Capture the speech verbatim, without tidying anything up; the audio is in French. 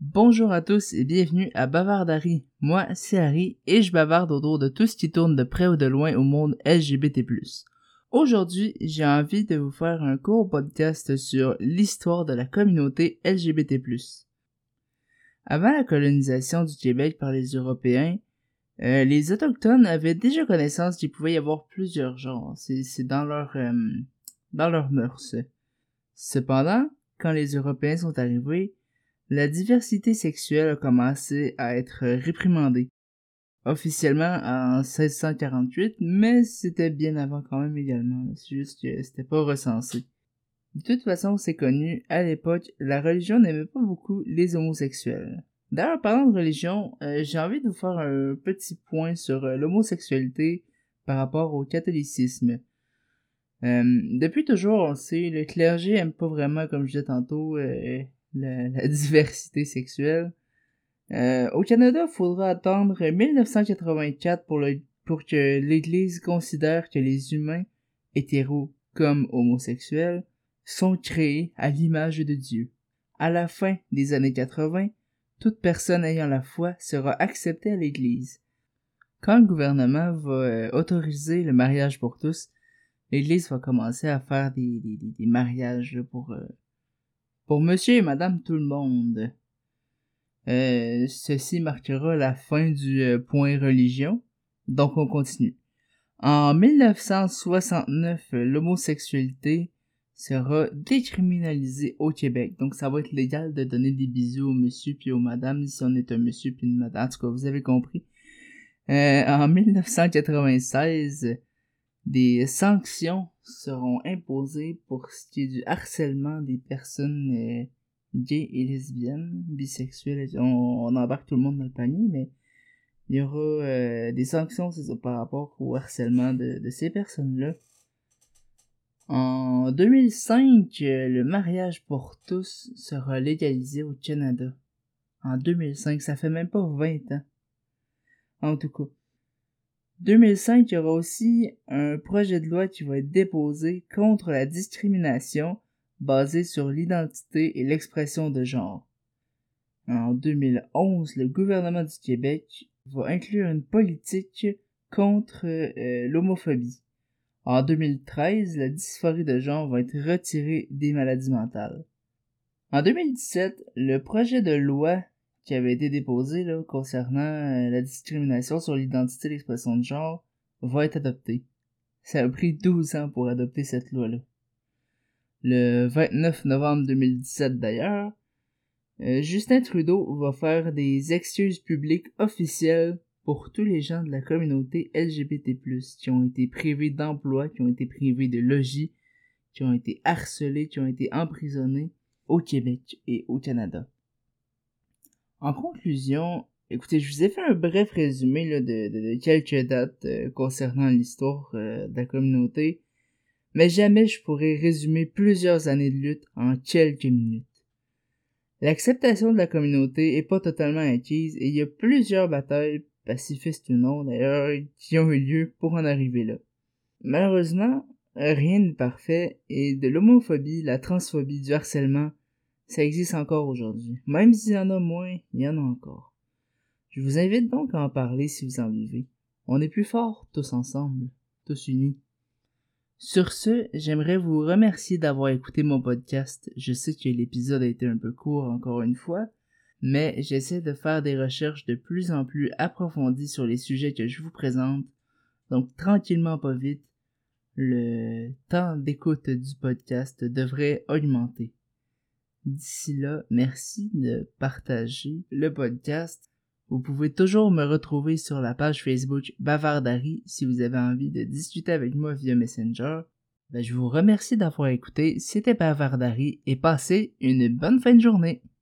Bonjour à tous et bienvenue à Bavardari. Moi, c'est Harry et je bavarde autour de tout ce qui tourne de près ou de loin au monde L G B T plus. Aujourd'hui, j'ai envie de vous faire un court podcast sur l'histoire de la communauté L G B T plus. Avant la colonisation du Québec par les Européens, euh, les Autochtones avaient déjà connaissance qu'il pouvait y avoir plusieurs genres. C'est, c'est dans leur, euh, dans leur mœurs. Cependant, quand les Européens sont arrivés, la diversité sexuelle a commencé à être réprimandée. Officiellement en seize cent quarante-huit, mais c'était bien avant quand même également. C'est juste que c'était pas recensé. De toute façon, c'est connu, à l'époque, la religion n'aimait pas beaucoup les homosexuels. D'ailleurs, parlant de religion, euh, j'ai envie de vous faire un petit point sur euh, l'homosexualité par rapport au catholicisme. Euh, depuis toujours, on le sait, le clergé aime pas vraiment, comme je disais tantôt, euh, la, la diversité sexuelle. Euh, au Canada, il faudra attendre dix-neuf cent quatre-vingt-quatre pour, le, pour que l'Église considère que les humains, hétéros comme homosexuels, sont créés à l'image de Dieu. À la fin des années quatre-vingts, toute personne ayant la foi sera acceptée à l'Église. Quand le gouvernement va euh, autoriser le mariage pour tous, l'Église va commencer à faire des, des, des mariages là, pour, euh, pour monsieur et madame tout le monde. Euh, ceci marquera la fin du euh, point religion. Donc on continue. En dix-neuf cent soixante-neuf, l'homosexualité sera décriminalisée au Québec. Donc ça va être légal de donner des bisous au monsieur puis aux madame si on est un monsieur puis une madame. En tout cas, vous avez compris. Euh, en dix-neuf cent quatre-vingt-seize, des sanctions seront imposées pour ce qui est du harcèlement des personnes euh, gays et lesbiennes, bisexuelles. On, on embarque tout le monde dans le panier, mais il y aura euh, des sanctions, c'est ça, par rapport au harcèlement de, de ces personnes-là. En deux mille cinq, le mariage pour tous sera légalisé au Canada. En deux mille cinq, ça fait même pas vingt ans. En tout cas. deux mille cinq, il y aura aussi un projet de loi qui va être déposé contre la discrimination basée sur l'identité et l'expression de genre. En deux mille onze, le gouvernement du Québec va inclure une politique contre euh, l'homophobie. En deux mille treize, la dysphorie de genre va être retirée des maladies mentales. En deux mille dix-sept, le projet de loi qui avait été déposé là, concernant euh, la discrimination sur l'identité et l'expression de genre va être adopté. Ça a pris douze ans pour adopter cette loi-là. Le vingt-neuf novembre deux mille dix-sept d'ailleurs, euh, Justin Trudeau va faire des excuses publiques officielles pour tous les gens de la communauté L G B T plus, qui ont été privés d'emploi, qui ont été privés de logis, qui ont été harcelés, qui ont été emprisonnés au Québec et au Canada. En conclusion, écoutez, je vous ai fait un bref résumé là, de, de, de quelques dates euh, concernant l'histoire euh, de la communauté, mais jamais je pourrais résumer plusieurs années de lutte en quelques minutes. L'acceptation de la communauté est pas totalement acquise et il y a plusieurs batailles, pacifistes ou non d'ailleurs, qui ont eu lieu pour en arriver là. Malheureusement, rien n'est parfait et de l'homophobie, la transphobie, du harcèlement, ça existe encore aujourd'hui. Même s'il y en a moins, il y en a encore. Je vous invite donc à en parler si vous en vivez. On est plus forts tous ensemble, tous unis. Sur ce, j'aimerais vous remercier d'avoir écouté mon podcast. Je sais que l'épisode a été un peu court encore une fois, mais j'essaie de faire des recherches de plus en plus approfondies sur les sujets que je vous présente. Donc tranquillement pas vite, le temps d'écoute du podcast devrait augmenter. D'ici là, merci de partager le podcast. Vous pouvez toujours me retrouver sur la page Facebook Bavardari si vous avez envie de discuter avec moi via Messenger. Ben, je vous remercie d'avoir écouté, c'était Bavardari et passez une bonne fin de journée.